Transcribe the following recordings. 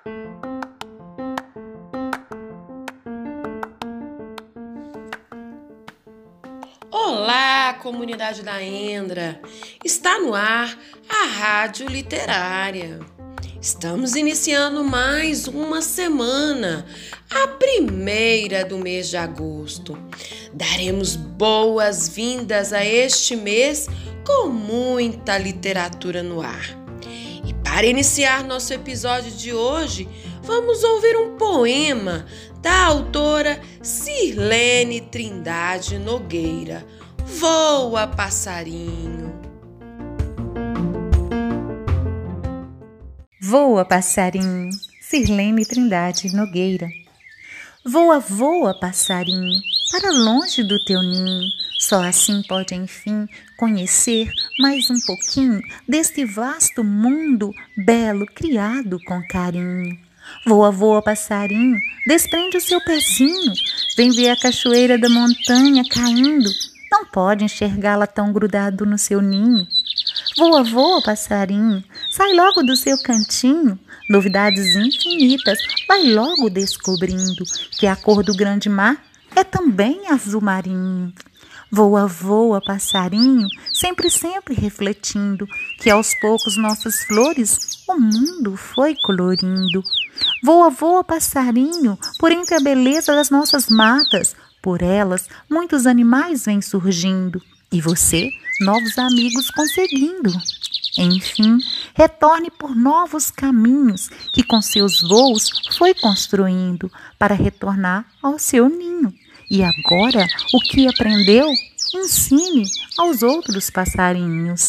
Olá, comunidade da Endra! Está no ar a Rádio Literária. Estamos iniciando mais uma semana, a primeira do mês de agosto. Daremos boas-vindas a este mês com muita literatura no ar. E para iniciar nosso episódio de hoje, vamos ouvir um poema da autora Sirlene Trindade Nogueira. Voa, passarinho. Voa, passarinho, Sirlene Trindade Nogueira. Voa, voa, passarinho, para longe do teu ninho. Só assim pode, enfim, conhecer mais um pouquinho deste vasto mundo belo criado com carinho. Voa, voa, passarinho, desprende o seu pezinho, vem ver a cachoeira da montanha caindo. Não pode enxergá-la tão grudado no seu ninho. Voa, voa, passarinho, sai logo do seu cantinho. Novidades infinitas vai logo descobrindo que a cor do grande mar é também azul marinho. Voa, voa, passarinho, sempre, sempre refletindo que aos poucos nossas flores o mundo foi colorindo. Voa, voa, passarinho, por entre a beleza das nossas matas, por elas muitos animais vêm surgindo e você, novos amigos conseguindo. Enfim, retorne por novos caminhos que com seus voos foi construindo para retornar ao seu ninho. E agora, o que aprendeu, ensine aos outros passarinhos.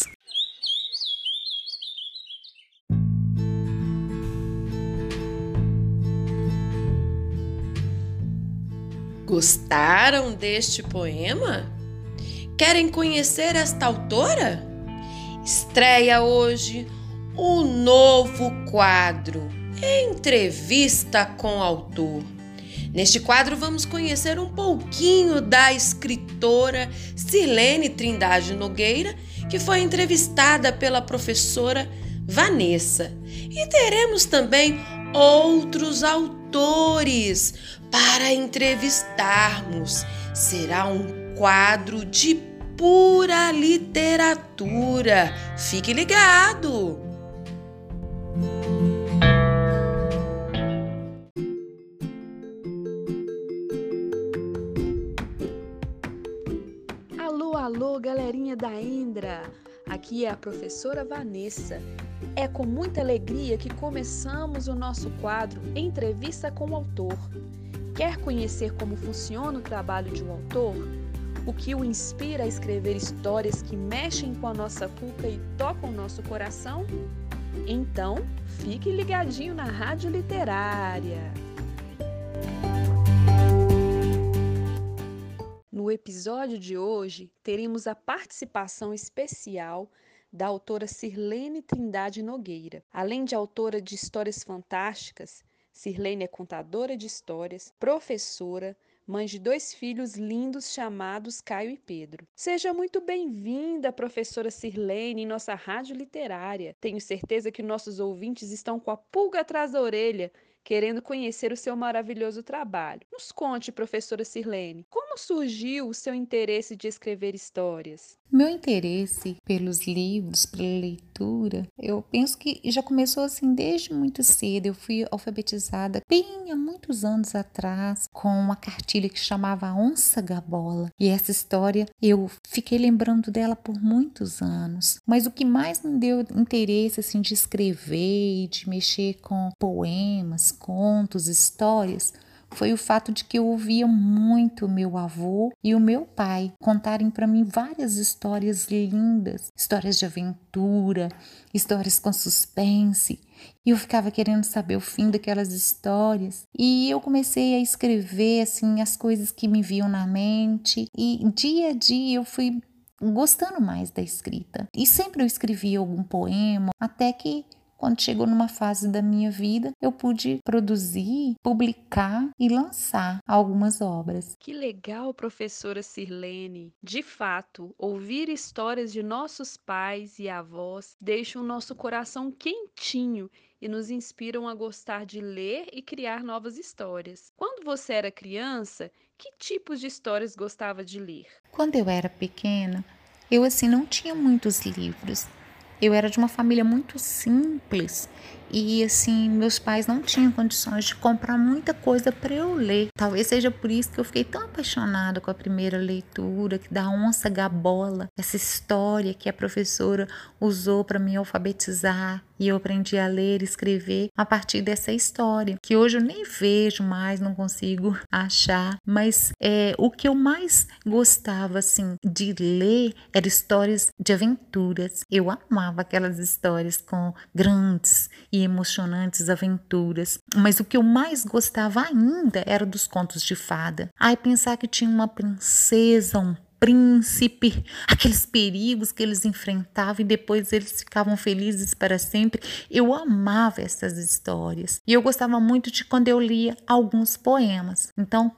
Gostaram deste poema? Querem conhecer esta autora? Estreia hoje o novo quadro Entrevista com o Autor. Neste quadro vamos conhecer um pouquinho da escritora Sirlene Trindade Nogueira, que foi entrevistada pela professora Vanessa. E teremos também outros autores para entrevistarmos. Será um quadro de pura literatura. Fique ligado! Alô, galerinha da Endra! Aqui é a professora Vanessa. É com muita alegria que começamos o nosso quadro Entrevista com o Autor. Quer conhecer como funciona o trabalho de um autor? O que o inspira a escrever histórias que mexem com a nossa cuca e tocam o nosso coração? Então, fique ligadinho na Rádio Literária! No episódio de hoje, teremos a participação especial da autora Sirlene Trindade Nogueira. Além de autora de histórias fantásticas, Sirlene é contadora de histórias, professora, mãe de 2 filhos lindos chamados Caio e Pedro. Seja muito bem-vinda, professora Sirlene, em nossa Rádio Literária. Tenho certeza que nossos ouvintes estão com a pulga atrás da orelha, querendo conhecer o seu maravilhoso trabalho. Nos conte, professora Sirlene, como surgiu o seu interesse de escrever histórias? Meu interesse pelos livros, pela leitura, eu penso que já começou assim desde muito cedo. Eu fui alfabetizada bem há muitos anos atrás com uma cartilha que chamava Onça Gabola. E essa história eu fiquei lembrando dela por muitos anos. Mas o que mais me deu interesse assim de escrever e de mexer com poemas, contos, histórias, foi o fato de que eu ouvia muito meu avô e o meu pai contarem para mim várias histórias lindas, histórias de aventura, histórias com suspense. E eu ficava querendo saber o fim daquelas histórias. E eu comecei a escrever assim as coisas que me vinham na mente. E dia a dia eu fui gostando mais da escrita. E sempre eu escrevia algum poema, até que quando chegou numa fase da minha vida, eu pude produzir, publicar e lançar algumas obras. Que legal, professora Sirlene! De fato, ouvir histórias de nossos pais e avós deixa o nosso coração quentinho e nos inspiram a gostar de ler e criar novas histórias. Quando você era criança, que tipos de histórias gostava de ler? Quando eu era pequena, eu assim não tinha muitos livros. Eu era de uma família muito simples e assim meus pais não tinham condições de comprar muita coisa para eu ler. Talvez seja por isso que eu fiquei tão apaixonada com a primeira leitura, que da Onça Gabola, essa história que a professora usou para me alfabetizar e eu aprendi a ler e escrever a partir dessa história, que hoje eu nem vejo mais, não consigo achar, mas o que eu mais gostava assim de ler eram histórias de aventuras. Eu amava aquelas histórias com grandes e emocionantes aventuras, mas o que eu mais gostava ainda era dos contos de fada. Ai, pensar que tinha uma princesa, um príncipe, aqueles perigos que eles enfrentavam e depois eles ficavam felizes para sempre. Eu amava essas histórias e eu gostava muito de quando eu lia alguns poemas. Então,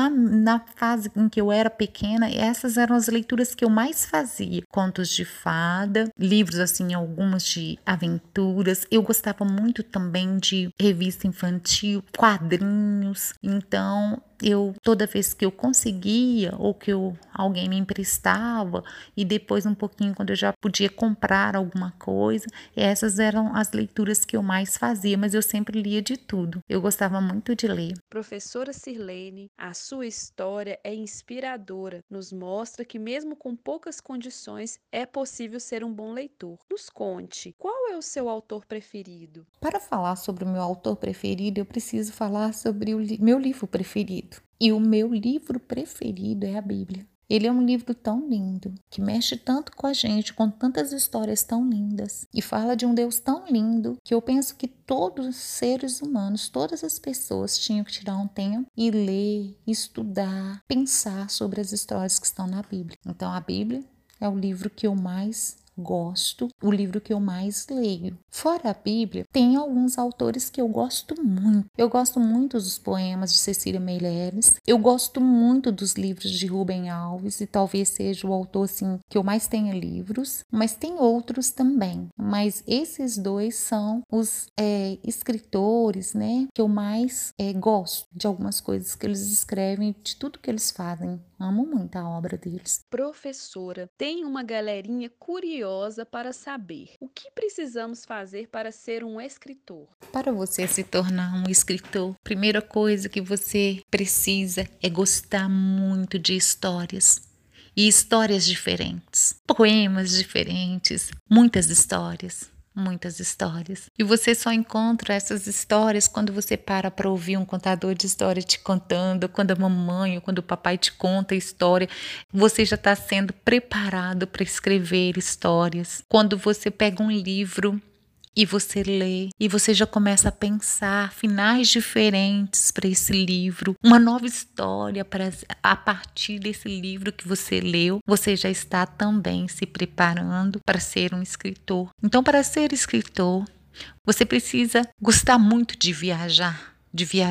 na fase em que eu era pequena, essas eram as leituras que eu mais fazia. Contos de fada, livros assim, algumas de aventuras. Eu gostava muito também de revista infantil, quadrinhos. Então, toda vez que eu conseguia ou que alguém me emprestava e depois um pouquinho quando eu já podia comprar alguma coisa, essas eram as leituras que eu mais fazia, mas eu sempre lia de tudo. Eu gostava muito de ler. Professora Sirlene, a sua história é inspiradora, nos mostra que mesmo com poucas condições é possível ser um bom leitor. Nos conte, qual é o seu autor preferido? Para falar sobre o meu autor preferido, eu preciso falar sobre o meu livro preferido. E o meu livro preferido é a Bíblia. Ele é um livro tão lindo, que mexe tanto com a gente, com tantas histórias tão lindas, e fala de um Deus tão lindo, que eu penso que todos os seres humanos, todas as pessoas tinham que tirar um tempo e ler, estudar, pensar sobre as histórias que estão na Bíblia. Então a Bíblia é o livro que eu mais gosto, o livro que eu mais leio. Fora a Bíblia, tem alguns autores que eu gosto muito. Eu gosto muito dos poemas de Cecília Meirelles. Eu gosto muito dos livros de Rubem Alves e talvez seja o autor assim que eu mais tenha livros, mas tem outros também. Mas esses dois são os escritores, né, que eu mais gosto de algumas coisas que eles escrevem, de tudo que eles fazem. Amo muito a obra deles. Professora, tem uma galerinha curiosa para saber o que precisamos fazer para ser um escritor. Para você se tornar um escritor, a primeira coisa que você precisa é gostar muito de histórias. E histórias diferentes, poemas diferentes, muitas histórias. Muitas histórias. E você só encontra essas histórias quando você para ouvir um contador de história te contando, quando a mamãe ou quando o papai te conta a história, você já está sendo preparado para escrever histórias. Quando você pega um livro e você lê, e você já começa a pensar finais diferentes para esse livro, uma nova história a partir desse livro que você leu, você já está também se preparando para ser um escritor. Então, para ser escritor, você precisa gostar muito de viajar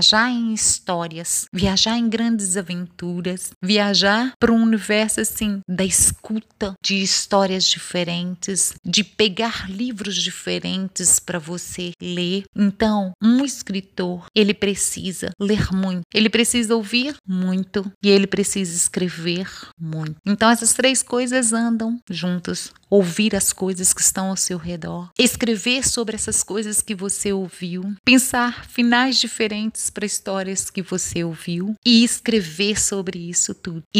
em histórias, viajar em grandes aventuras, viajar para um universo assim da escuta de histórias diferentes, de pegar livros diferentes para você ler. Então, um escritor, ele precisa ler muito, ele precisa ouvir muito e ele precisa escrever muito. Então, essas três coisas andam juntas. Ouvir as coisas que estão ao seu redor, escrever sobre essas coisas que você ouviu, pensar finais diferentes para histórias que você ouviu e escrever sobre isso tudo e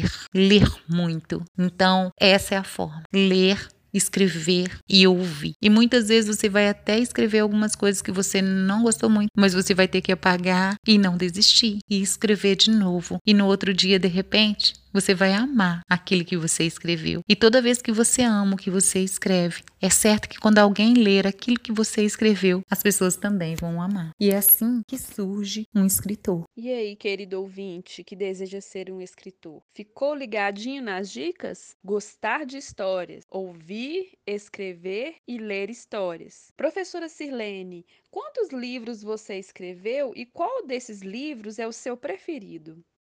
ler muito. Então, essa é a forma. Ler, escrever e ouvir. E muitas vezes você vai até escrever algumas coisas que você não gostou muito, mas você vai ter que apagar e não desistir e escrever de novo. E no outro dia, de repente, você vai amar aquilo que você escreveu. E toda vez que você ama o que você escreve, é certo que quando alguém ler aquilo que você escreveu, as pessoas também vão amar. E é assim que surge um escritor. E aí, querido ouvinte que deseja ser um escritor, ficou ligadinho nas dicas? Gostar de histórias, ouvir, escrever e ler histórias. Professora Sirlene, quantos livros você escreveu e qual desses livros é o seu preferido?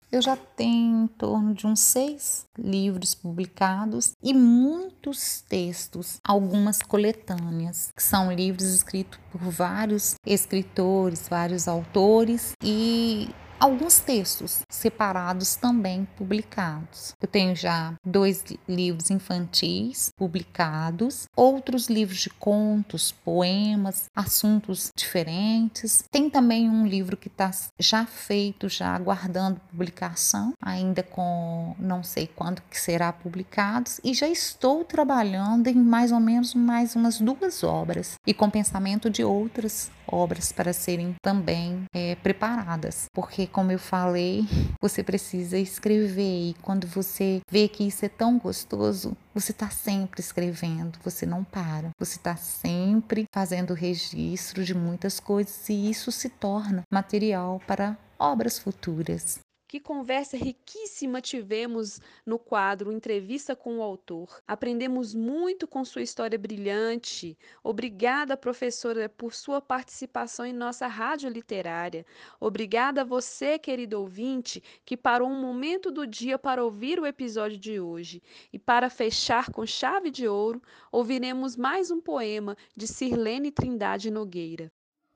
Eu já tenho em torno de uns 6 livros publicados e muitos textos, algumas coletâneas, que são livros escritos por vários escritores, vários autores e alguns textos separados também publicados. Eu tenho já 2 livros infantis publicados, outros livros de contos, poemas, assuntos diferentes. Tem também um livro que está já feito, já aguardando publicação, ainda com não sei quando que será publicado, e já estou trabalhando em mais ou menos mais umas 2 obras e com pensamento de outras obras para serem também preparadas, porque como eu falei, você precisa escrever, e quando você vê que isso é tão gostoso, você está sempre escrevendo, você não para, você está sempre fazendo registro de muitas coisas e isso se torna material para obras futuras. Que conversa riquíssima tivemos no quadro Entrevista com o Autor. Aprendemos muito com sua história brilhante. Obrigada, professora, por sua participação em nossa rádio literária. Obrigada a você, querido ouvinte, que parou um momento do dia para ouvir o episódio de hoje. E para fechar com chave de ouro, ouviremos mais um poema de Sirlene Trindade Nogueira.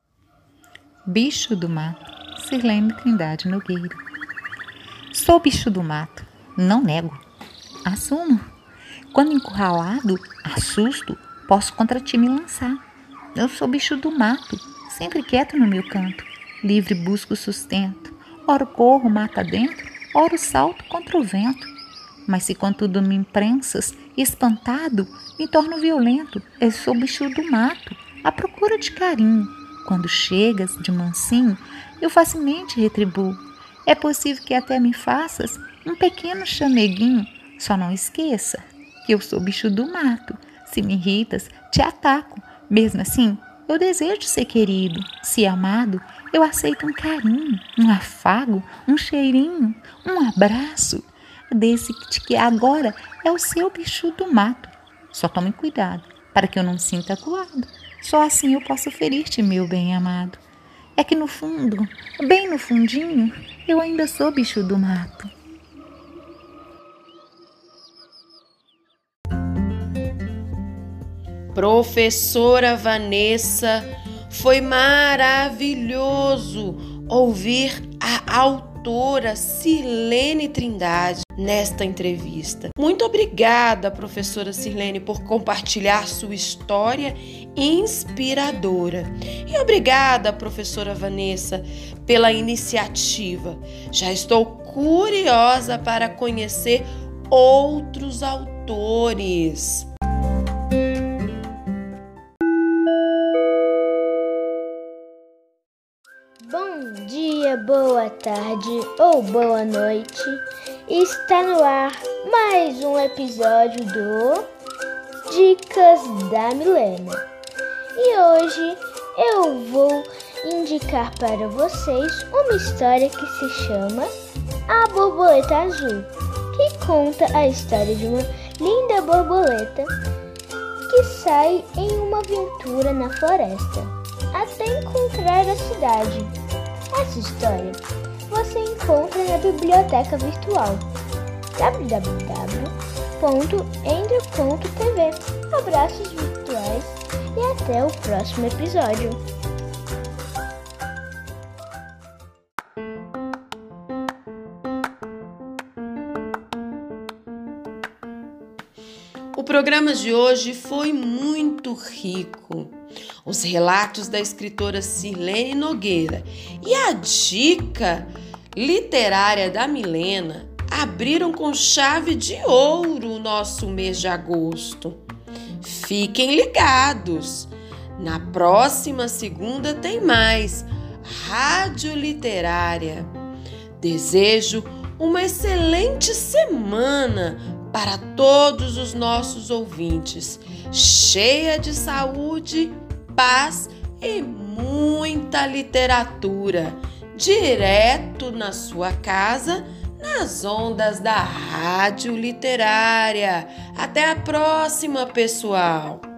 Bicho do mato, Sirlene Trindade Nogueira. Sou bicho do mato, não nego, assumo. Quando encurralado, assusto, posso contra ti me lançar. Eu sou bicho do mato, sempre quieto no meu canto, livre busco sustento. Ora corro mata dentro, ora salto contra o vento. Mas se contudo me imprensas, espantado, me torno violento. Eu sou bicho do mato, à procura de carinho. Quando chegas de mansinho, eu facilmente retribuo. É possível que até me faças um pequeno chameguinho. Só não esqueça que eu sou bicho do mato. Se me irritas, te ataco. Mesmo assim, eu desejo ser querido. Se amado, eu aceito um carinho, um afago, um cheirinho, um abraço. Desse que agora é o seu bicho do mato. Só tome cuidado para que eu não me sinta acuado. Só assim eu posso ferir-te, meu bem amado. É que no fundo, bem no fundinho, eu ainda sou bicho do mato. Professora Vanessa, foi maravilhoso ouvir a autora Sirlene Trindade nesta entrevista. Muito obrigada, professora Sirlene, por compartilhar sua história inspiradora. E obrigada, professora Vanessa, pela iniciativa. Já estou curiosa para conhecer outros autores. Bom dia, boa tarde ou boa noite. Está no ar mais um episódio do Dicas da Milena. E hoje eu vou indicar para vocês uma história que se chama A Borboleta Azul, que conta a história de uma linda borboleta que sai em uma aventura na floresta até encontrar a cidade. Essa história você encontra na biblioteca virtual www.endro.tv. Abraços virtuais e até o próximo episódio. O programa de hoje foi muito rico. Os relatos da escritora Sirlene Nogueira e a dica literária da Milena abriram com chave de ouro o nosso mês de agosto. Fiquem ligados! Na próxima segunda tem mais Rádio Literária. Desejo uma excelente semana para todos os nossos ouvintes, cheia de saúde, paz e muita literatura, direto na sua casa, nas ondas da Rádio Literária. Até a próxima, pessoal!